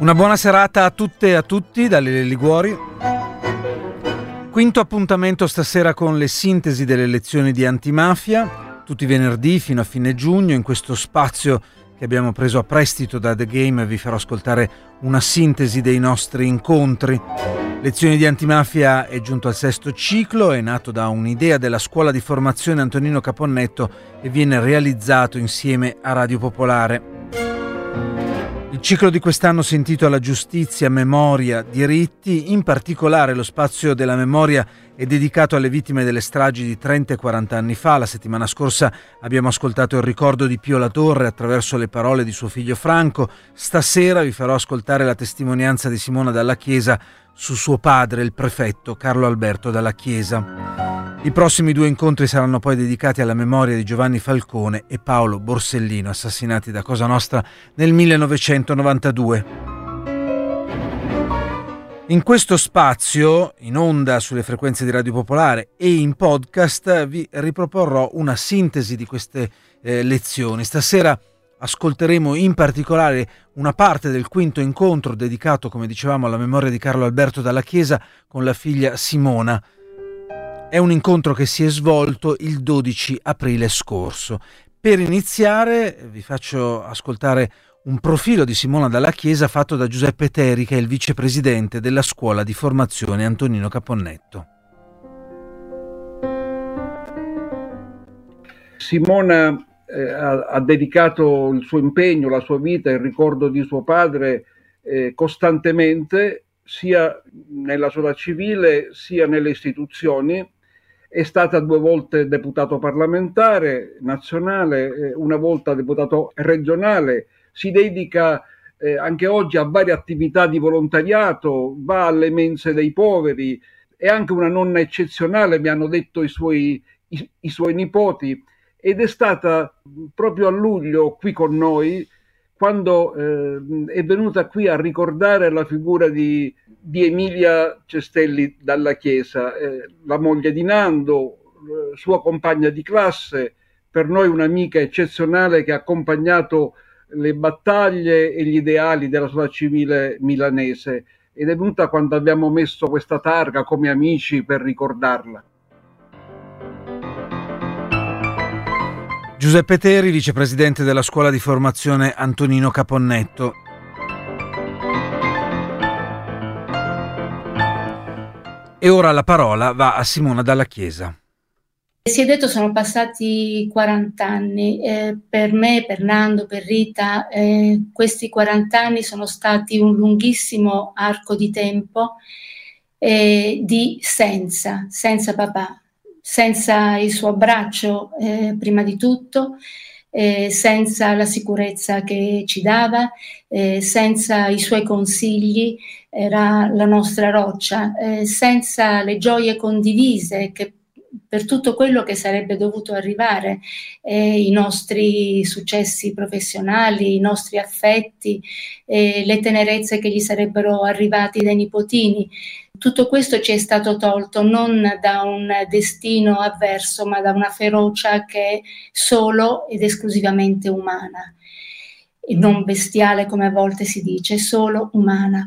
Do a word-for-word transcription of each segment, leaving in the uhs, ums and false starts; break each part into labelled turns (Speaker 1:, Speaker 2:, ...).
Speaker 1: Una buona serata a tutte e a tutti dalle Liguori. Quinto appuntamento stasera con le sintesi delle lezioni di antimafia, tutti i venerdì fino a fine giugno. In questo spazio che abbiamo preso a prestito da The Game vi farò ascoltare una sintesi dei nostri incontri. Lezioni di antimafia è giunto al sesto ciclo, è nato da un'idea della scuola di formazione Antonino Caponnetto e viene realizzato insieme a Radio Popolare. Il ciclo di quest'anno si intitola Giustizia, Memoria, Diritti. In particolare lo spazio della memoria è dedicato alle vittime delle stragi di trenta e quaranta anni fa. La settimana scorsa abbiamo ascoltato il ricordo di Pio La Torre attraverso le parole di suo figlio Franco. Stasera vi farò ascoltare la testimonianza di Simona Dalla Chiesa su suo padre, il prefetto Carlo Alberto Dalla Chiesa. I prossimi due incontri saranno poi dedicati alla memoria di Giovanni Falcone e Paolo Borsellino, assassinati da Cosa Nostra nel millenovecentonovantadue. In questo spazio, in onda sulle frequenze di Radio Popolare e in podcast, vi riproporrò una sintesi di queste eh, lezioni. Stasera ascolteremo in particolare una parte del quinto incontro dedicato, come dicevamo, alla memoria di Carlo Alberto Dalla Chiesa con la figlia Simona. È un incontro che si è svolto il dodici aprile scorso. Per iniziare vi faccio ascoltare un profilo di Simona Dalla Chiesa fatto da Giuseppe Teri, che è il vicepresidente della scuola di formazione Antonino Caponnetto.
Speaker 2: Simona eh, ha, ha dedicato il suo impegno, la sua vita, il ricordo di suo padre eh, costantemente, sia nella società civile sia nelle istituzioni. È stata due volte deputato parlamentare nazionale, una volta deputato regionale, si dedica eh, anche oggi a varie attività di volontariato, va alle mense dei poveri, è anche una nonna eccezionale, mi hanno detto i suoi, i, i suoi nipoti, ed è stata proprio a luglio qui con noi, quando eh, è venuta qui a ricordare la figura di di Emilia Cestelli Dalla Chiesa, eh, la moglie di Nando, eh, sua compagna di classe, per noi un'amica eccezionale che ha accompagnato le battaglie e gli ideali della società civile milanese, ed è venuta quando abbiamo messo questa targa come amici per ricordarla.
Speaker 1: Giuseppe Teri, vicepresidente della scuola di formazione Antonino Caponnetto. E ora la parola va a Simona Dalla Chiesa.
Speaker 3: Si è detto sono passati quaranta anni, eh, per me, per Nando, per Rita, eh, questi quaranta anni sono stati un lunghissimo arco di tempo eh, di senza, senza papà, senza il suo abbraccio eh, prima di tutto, eh, senza la sicurezza che ci dava, eh, senza i suoi consigli, era la nostra roccia, eh, senza le gioie condivise che per tutto quello che sarebbe dovuto arrivare, eh, i nostri successi professionali, i nostri affetti, eh, le tenerezze che gli sarebbero arrivati dai nipotini. Tutto questo ci è stato tolto non da un destino avverso, ma da una ferocia che è solo ed esclusivamente umana, e non bestiale come a volte si dice, solo umana.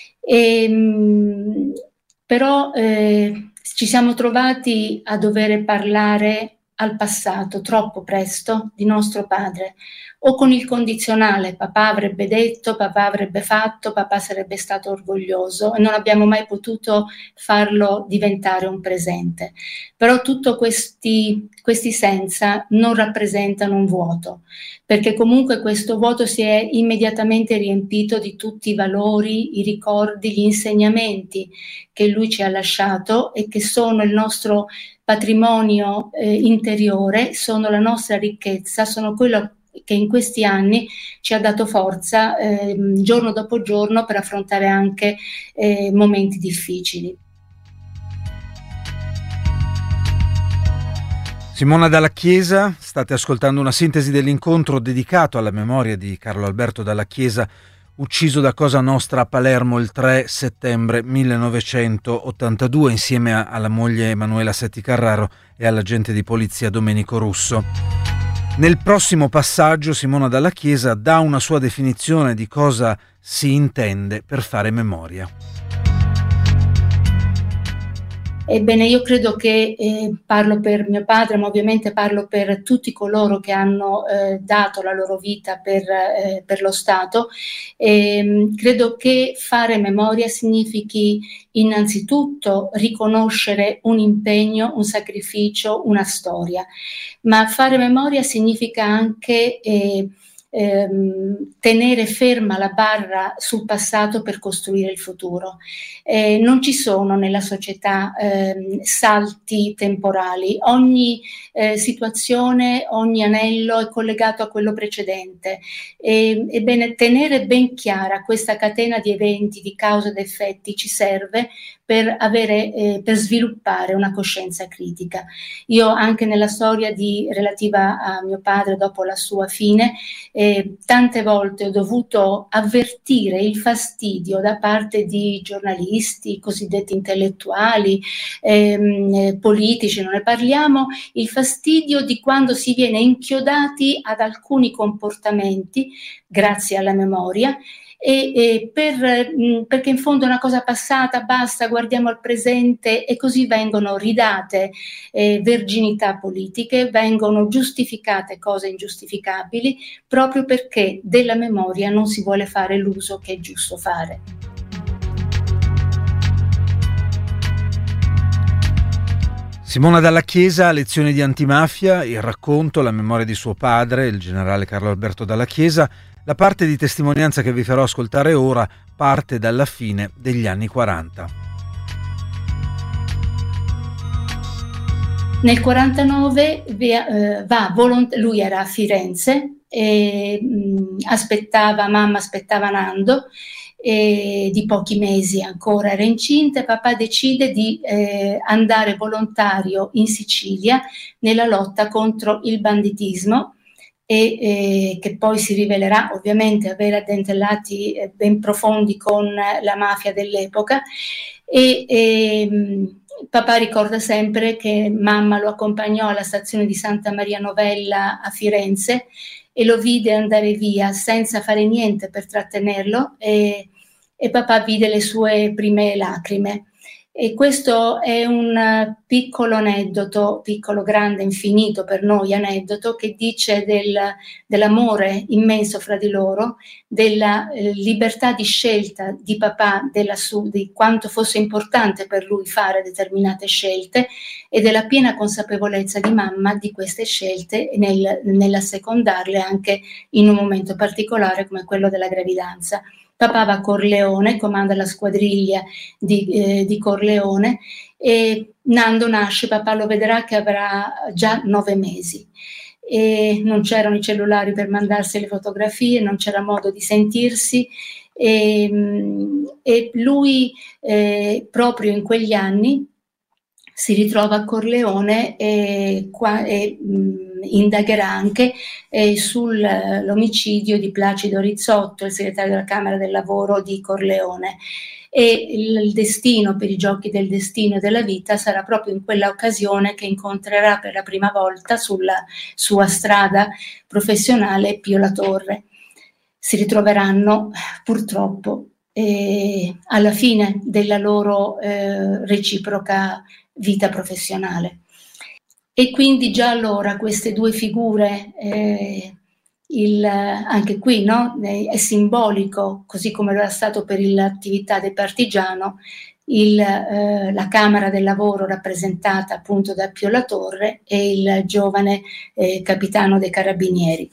Speaker 3: E, però eh, ci siamo trovati a dover parlare al passato troppo presto di nostro padre, o con il condizionale: papà avrebbe detto, papà avrebbe fatto, papà sarebbe stato orgoglioso, e non abbiamo mai potuto farlo diventare un presente. Però tutti questi, questi senza non rappresentano un vuoto, perché comunque questo vuoto si è immediatamente riempito di tutti i valori, i ricordi, gli insegnamenti che lui ci ha lasciato e che sono il nostro patrimonio eh, interiore, sono la nostra ricchezza, sono quello che in questi anni ci ha dato forza eh, giorno dopo giorno per affrontare anche eh, momenti difficili.
Speaker 1: Simona Dalla Chiesa, state ascoltando una sintesi dell'incontro dedicato alla memoria di Carlo Alberto Dalla Chiesa, ucciso da Cosa Nostra a Palermo il tre settembre millenovecentottantadue insieme a, alla moglie Emanuela Setti Carraro e all'agente di polizia Domenico Russo. Nel prossimo passaggio Simona Dalla Chiesa dà una sua definizione di cosa si intende per fare memoria.
Speaker 3: Ebbene, io credo che, eh, parlo per mio padre, ma ovviamente parlo per tutti coloro che hanno eh, dato la loro vita per, eh, per lo Stato. E, credo che fare memoria significhi innanzitutto riconoscere un impegno, un sacrificio, una storia, ma fare memoria significa anche eh, Ehm, tenere ferma la barra sul passato per costruire il futuro. Eh, non ci sono nella società ehm, salti temporali, ogni eh, situazione, ogni anello è collegato a quello precedente. E, ebbene, tenere ben chiara questa catena di eventi, di cause ed effetti ci serve per avere, eh, per sviluppare una coscienza critica. Io anche nella storia di, relativa a mio padre dopo la sua fine, eh, tante volte ho dovuto avvertire il fastidio da parte di giornalisti, cosiddetti intellettuali, ehm, eh, politici, non ne parliamo, il fastidio di quando si viene inchiodati ad alcuni comportamenti grazie alla memoria. E, e per, mh, perché in fondo è una cosa passata, basta, guardiamo al presente, e così vengono ridate eh, verginità politiche, vengono giustificate cose ingiustificabili, proprio perché della memoria non si vuole fare l'uso che è giusto fare.
Speaker 1: Simona Dalla Chiesa, lezioni di antimafia, il racconto, la memoria di suo padre, il generale Carlo Alberto Dalla Chiesa. La parte di testimonianza che vi farò ascoltare ora parte dalla fine degli anni quaranta.
Speaker 3: Nel quarantanove eh, va volont- lui era a Firenze e mh, aspettava, mamma aspettava Nando, e di pochi mesi ancora, era incinta, e papà decide di eh, andare volontario in Sicilia nella lotta contro il banditismo, e eh, che poi si rivelerà ovviamente avere addentellati eh, ben profondi con la mafia dell'epoca. E, e papà ricorda sempre che mamma lo accompagnò alla stazione di Santa Maria Novella a Firenze e lo vide andare via senza fare niente per trattenerlo, e, e papà vide le sue prime lacrime. E questo è un piccolo aneddoto, piccolo, grande, infinito per noi aneddoto, che dice del, dell'amore immenso fra di loro, della eh, libertà di scelta di papà, della su, di quanto fosse importante per lui fare determinate scelte, e della piena consapevolezza di mamma di queste scelte nel, nell'assecondarle anche in un momento particolare come quello della gravidanza. Papà va a Corleone, comanda la squadriglia di, eh, di Corleone, e Nando nasce, papà lo vedrà che avrà già nove mesi. E non c'erano i cellulari per mandarsi le fotografie, non c'era modo di sentirsi, e, e lui eh, proprio in quegli anni si ritrova a Corleone e, qua, e mh, indagherà anche eh, sull'omicidio di Placido Rizzotto, il segretario della Camera del Lavoro di Corleone. E il, il destino, per i giochi del destino e della vita, sarà proprio in quella occasione che incontrerà per la prima volta sulla sua strada professionale Pio La Torre. Si ritroveranno purtroppo eh, alla fine della loro eh, reciproca vita professionale. E quindi già allora queste due figure, eh, il, anche qui no? È simbolico, così come lo era stato per l'attività del partigiano, il, eh, la Camera del Lavoro rappresentata appunto da Pio La Torre e il giovane eh, capitano dei Carabinieri.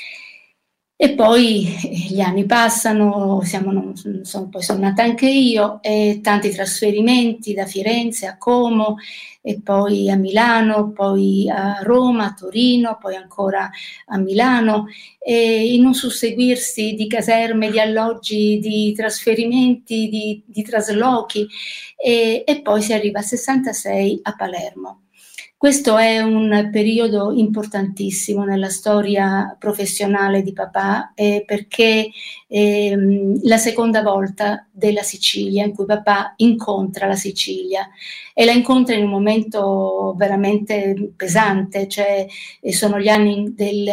Speaker 3: E poi gli anni passano, siamo, non, sono, poi sono nata anche io, e tanti trasferimenti da Firenze a Como, e poi a Milano, poi a Roma, a Torino, poi ancora a Milano, e in un susseguirsi di caserme, di alloggi, di trasferimenti, di, di traslochi, e, e poi si arriva al sessantasei a Palermo. Questo è un periodo importantissimo nella storia professionale di papà, eh, perché ehm, la seconda volta della Sicilia, in cui papà incontra la Sicilia e la incontra in un momento veramente pesante, cioè sono gli anni del,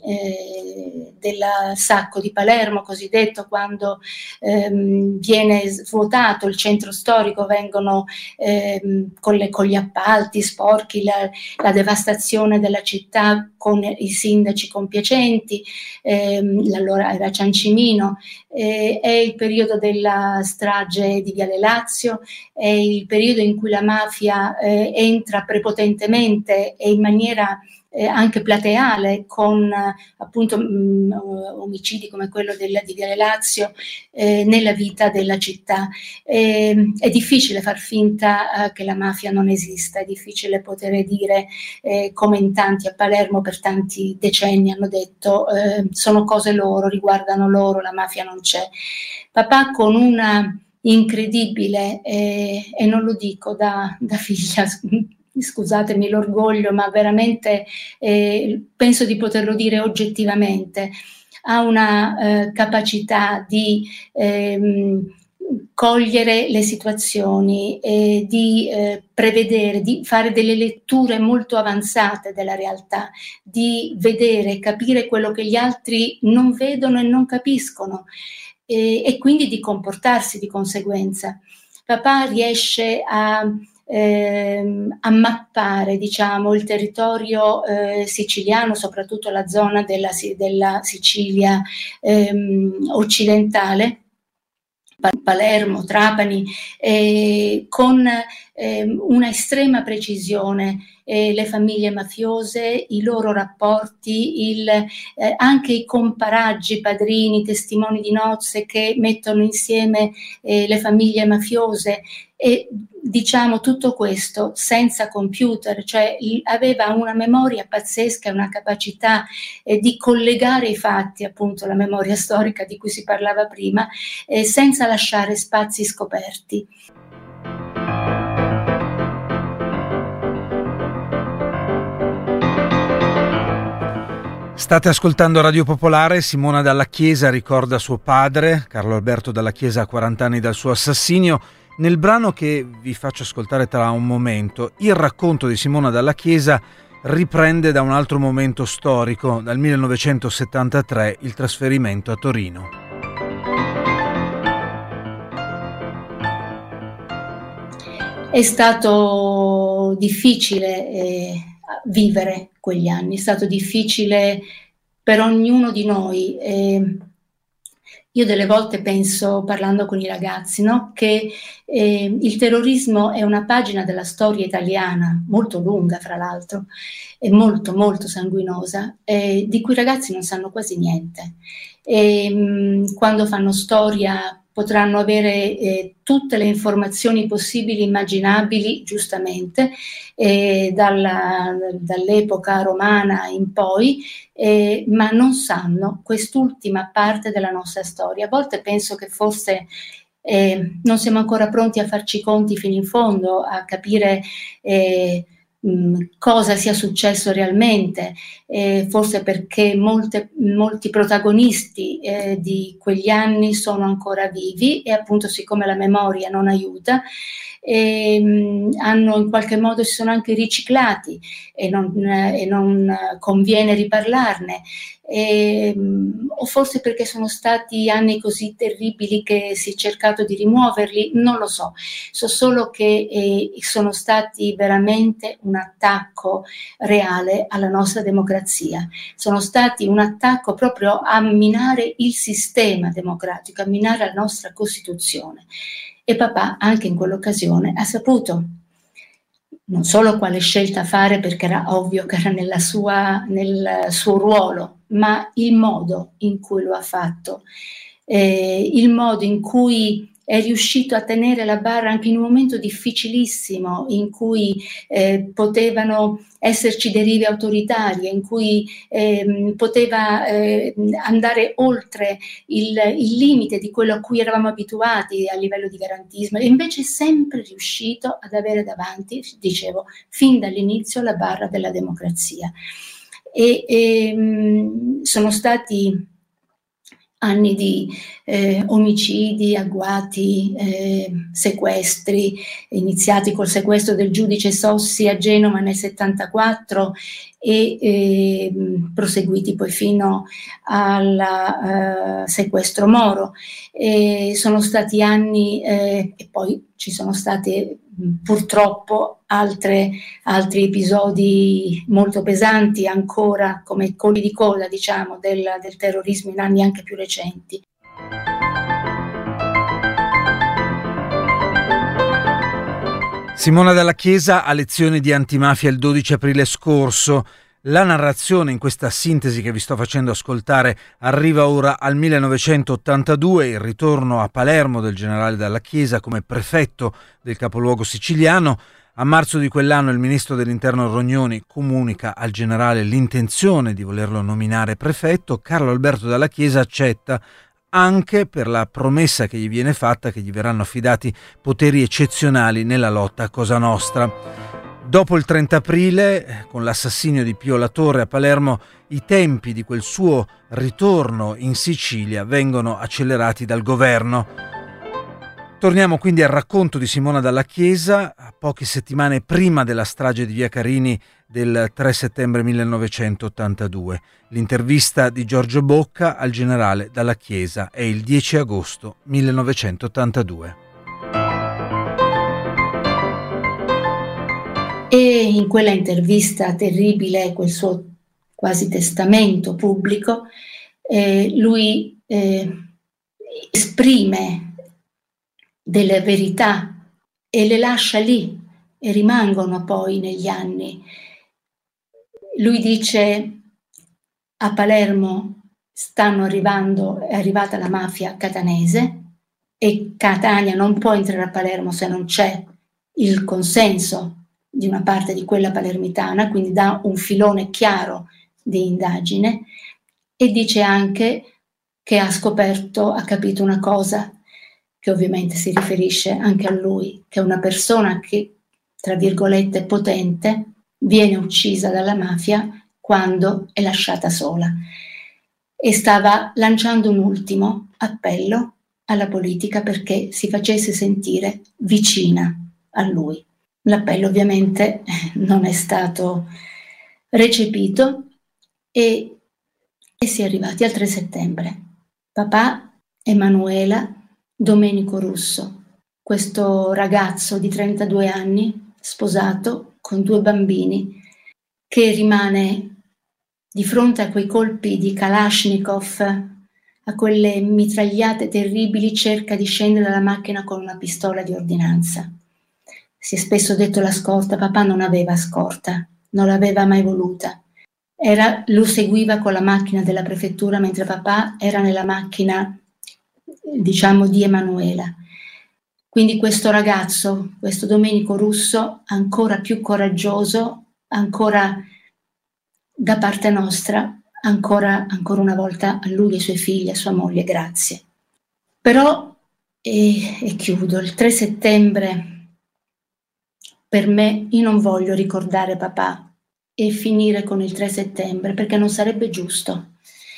Speaker 3: eh, del sacco di Palermo cosiddetto, quando ehm, viene svuotato il centro storico, vengono ehm, con, le, con gli appalti sporchi, la, la devastazione della città con i sindaci compiacenti, ehm, allora era Ciancimino, eh, è il periodo della strage di Viale Lazio, è il periodo in cui la mafia eh, entra prepotentemente e in maniera eh, anche plateale con eh, appunto mh, omicidi come quello del, di Viale Lazio eh, nella vita della città. Eh, è difficile far finta eh, che la mafia non esista, è difficile poter dire eh, come in tanti a Palermo per tanti decenni hanno detto eh, sono cose loro, riguardano loro, la mafia non c'è. Papà con una incredibile, eh, e non lo dico da, da figlia, scusatemi l'orgoglio, ma veramente eh, penso di poterlo dire oggettivamente, ha una eh, capacità di ehm, cogliere le situazioni, eh, di eh, prevedere, di fare delle letture molto avanzate della realtà, di vedere e capire quello che gli altri non vedono e non capiscono, eh, e quindi di comportarsi di conseguenza. Papà riesce a Ehm, a mappare, diciamo, il territorio eh, siciliano, soprattutto la zona della, della Sicilia ehm, occidentale, Palermo, Trapani, eh, con eh, una estrema precisione eh, le famiglie mafiose, i loro rapporti, il, eh, anche i comparaggi, padrini, testimoni di nozze che mettono insieme eh, le famiglie mafiose, e diciamo tutto questo senza computer, cioè aveva una memoria pazzesca, una capacità eh, di collegare i fatti, appunto la memoria storica di cui si parlava prima, eh, senza lasciare spazi scoperti.
Speaker 1: State ascoltando Radio Popolare. Simona Dalla Chiesa ricorda suo padre, Carlo Alberto Dalla Chiesa, a quaranta anni dal suo assassinio. Nel brano che vi faccio ascoltare tra un momento, il racconto di Simona Dalla Chiesa riprende da un altro momento storico, dal millenovecentosettantatré, il trasferimento a Torino.
Speaker 3: È stato difficile eh, vivere quegli anni, è stato difficile per ognuno di noi. Eh, io delle volte penso, parlando con i ragazzi, no, che eh, il terrorismo è una pagina della storia italiana, molto lunga fra l'altro, e molto molto sanguinosa, eh, di cui i ragazzi non sanno quasi niente. E, mh, quando fanno storia potranno avere eh, tutte le informazioni possibili e immaginabili, giustamente, eh, dalla, dall'epoca romana in poi, eh, ma non sanno quest'ultima parte della nostra storia. A volte penso che forse eh, non siamo ancora pronti a farci i conti fino in fondo, a capire eh, cosa sia successo realmente, eh, forse perché molte, molti protagonisti eh, di quegli anni sono ancora vivi e appunto siccome la memoria non aiuta, eh, hanno in qualche modo si sono anche riciclati e non, eh, e non conviene riparlarne. Eh, o forse perché sono stati anni così terribili che si è cercato di rimuoverli, non lo so, so solo che eh, sono stati veramente un attacco reale alla nostra democrazia, sono stati un attacco proprio a minare il sistema democratico, a minare la nostra Costituzione, e papà anche in quell'occasione ha saputo non solo quale scelta fare, perché era ovvio che era nella sua, nel suo ruolo, ma il modo in cui lo ha fatto, eh, il modo in cui è riuscito a tenere la barra anche in un momento difficilissimo, in cui eh, potevano esserci derive autoritarie, in cui eh, poteva eh, andare oltre il, il limite di quello a cui eravamo abituati a livello di garantismo, e invece è sempre riuscito ad avere davanti, dicevo, fin dall'inizio la barra della democrazia. E, e sono stati anni di eh, omicidi, agguati, eh, sequestri, iniziati col sequestro del giudice Sossi a Genova nel settantaquattro e eh, proseguiti poi fino al eh, sequestro Moro. E sono stati anni eh, e poi ci sono stati purtroppo altre, altri episodi molto pesanti ancora come colpi di coda, diciamo, del, del terrorismo in anni anche più recenti.
Speaker 1: Simona Dalla Chiesa a lezioni di antimafia il dodici aprile scorso. La narrazione in questa sintesi che vi sto facendo ascoltare arriva ora al millenovecentottantadue, il ritorno a Palermo del generale Dalla Chiesa come prefetto del capoluogo siciliano. A marzo di quell'anno il ministro dell'Interno Rognoni comunica al generale l'intenzione di volerlo nominare prefetto. Carlo Alberto Dalla Chiesa accetta, anche per la promessa che gli viene fatta che gli verranno affidati poteri eccezionali nella lotta a Cosa Nostra. Dopo il trenta aprile, con l'assassinio di Pio La Torre a Palermo, i tempi di quel suo ritorno in Sicilia vengono accelerati dal governo. Torniamo quindi al racconto di Simona Dalla Chiesa, a poche settimane prima della strage di Via Carini del tre settembre millenovecentottantadue. L'intervista di Giorgio Bocca al generale Dalla Chiesa è il dieci agosto millenovecentottantadue.
Speaker 3: E in quella intervista terribile, quel suo quasi testamento pubblico, eh, lui eh, esprime delle verità e le lascia lì e rimangono poi negli anni. Lui dice: a Palermo stanno arrivando, è arrivata la mafia catanese e Catania non può entrare a Palermo se non c'è il consenso di una parte di quella palermitana, quindi dà un filone chiaro di indagine, e dice anche che ha scoperto, ha capito una cosa che ovviamente si riferisce anche a lui, che una persona che, tra virgolette, potente, viene uccisa dalla mafia quando è lasciata sola. E stava lanciando un ultimo appello alla politica perché si facesse sentire vicina a lui. L'appello ovviamente non è stato recepito e, e si è arrivati al tre settembre. Papà, Emanuela, Domenico Russo, questo ragazzo di trentadue anni, sposato, con due bambini, che rimane di fronte a quei colpi di Kalashnikov, a quelle mitragliate terribili, cerca di scendere dalla macchina con una pistola di ordinanza. Si è spesso detto la scorta, papà non aveva scorta, non l'aveva mai voluta. Era, lo seguiva con la macchina della prefettura mentre papà era nella macchina, diciamo, di Emanuela. Quindi questo ragazzo, questo Domenico Russo, ancora più coraggioso, ancora da parte nostra, ancora, ancora una volta a lui e ai suoi figli, a sua moglie, grazie. Però, e, e chiudo, il tre settembre, per me, io non voglio ricordare papà e finire con il tre settembre, perché non sarebbe giusto.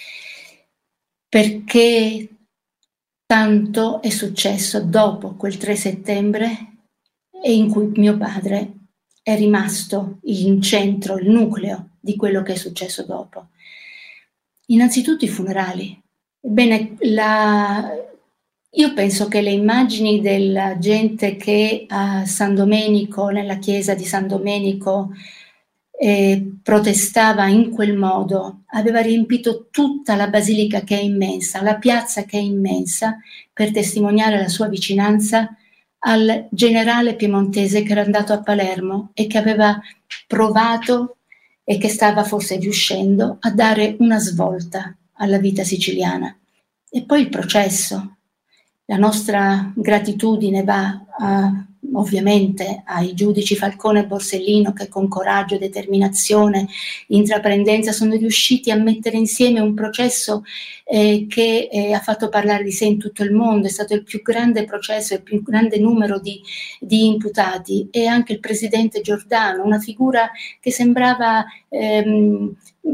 Speaker 3: Perché tanto è successo dopo quel tre settembre e in cui mio padre è rimasto il centro, il nucleo di quello che è successo dopo. Innanzitutto i funerali. Ebbene, la... io penso che le immagini della gente che a San Domenico, nella chiesa di San Domenico, eh, protestava in quel modo, aveva riempito tutta la basilica che è immensa, la piazza che è immensa, per testimoniare la sua vicinanza al generale piemontese che era andato a Palermo e che aveva provato e che stava forse riuscendo a dare una svolta alla vita siciliana. E poi il processo. La nostra gratitudine va a ovviamente ai giudici Falcone e Borsellino, che con coraggio, determinazione, intraprendenza sono riusciti a mettere insieme un processo eh, che eh, ha fatto parlare di sé in tutto il mondo. È stato il più grande processo, il più grande numero di, di imputati, e anche il presidente Giordano, una figura che sembrava ehm,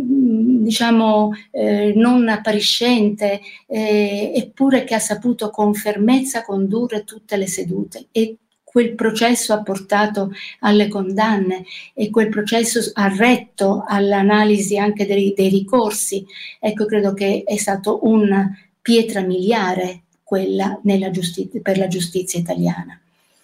Speaker 3: diciamo eh, non appariscente, eh, eppure che ha saputo con fermezza condurre tutte le sedute, e quel processo ha portato alle condanne, e quel processo ha retto all'analisi anche dei, dei ricorsi. Ecco, credo che è stato una pietra miliare quella nella giustizia, per la giustizia italiana.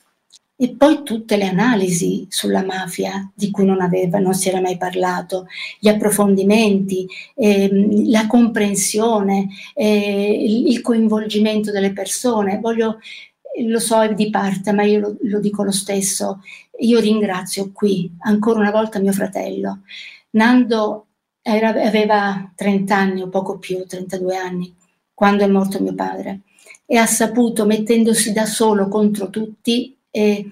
Speaker 3: E poi tutte le analisi sulla mafia di cui non aveva, non si era mai parlato, gli approfondimenti, ehm, la comprensione, eh, il, il coinvolgimento delle persone. Voglio, lo so, è di parte, ma io lo, lo dico lo stesso. Io ringrazio qui ancora una volta mio fratello. Nando era, aveva trenta anni o poco più, trentadue anni, quando è morto mio padre, e ha saputo, mettendosi da solo contro tutti, E,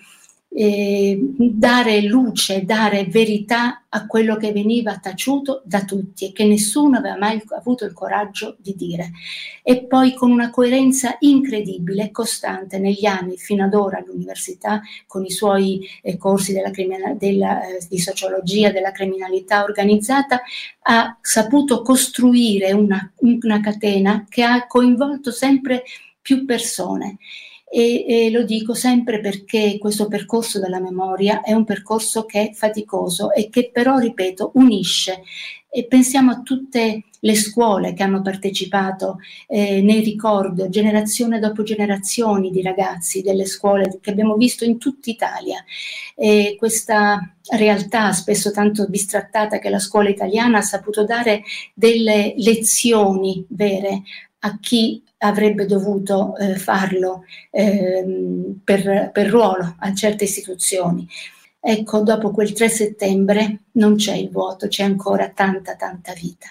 Speaker 3: e dare luce, dare verità a quello che veniva taciuto da tutti e che nessuno aveva mai avuto il coraggio di dire. E poi con una coerenza incredibile e costante negli anni fino ad ora all'università, con i suoi eh, corsi della criminal- della, eh, di sociologia della criminalità organizzata, ha saputo costruire una, una catena che ha coinvolto sempre più persone. E, e lo dico sempre perché questo percorso della memoria è un percorso che è faticoso e che però, ripeto, unisce. E pensiamo a tutte le scuole che hanno partecipato eh, nel ricordo, generazione dopo generazioni di ragazzi delle scuole che abbiamo visto in tutta Italia. E questa realtà spesso tanto bistrattata che la scuola italiana ha saputo dare delle lezioni vere a chi avrebbe dovuto eh, farlo eh, per, per ruolo a certe istituzioni. Ecco, dopo quel tre settembre non c'è il vuoto, c'è ancora tanta tanta vita.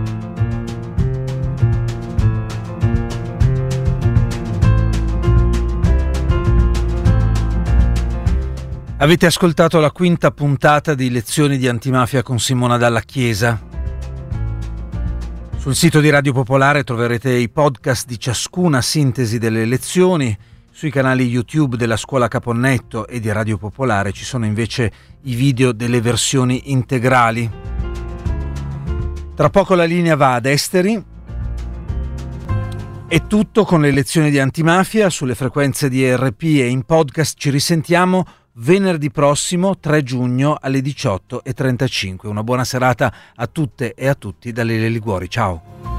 Speaker 1: Avete ascoltato la quinta puntata di Lezioni di Antimafia con Simona Dalla Chiesa. Sul sito di Radio Popolare troverete i podcast di ciascuna sintesi delle lezioni. Sui canali YouTube della Scuola Caponnetto e di Radio Popolare ci sono invece i video delle versioni integrali. Tra poco la linea va ad Esteri. È tutto con le lezioni di Antimafia sulle frequenze di E R P e in podcast. Ci risentiamo venerdì prossimo, tre giugno alle diciotto e trentacinque. Una buona serata a tutte e a tutti da Lele Liguori. Ciao.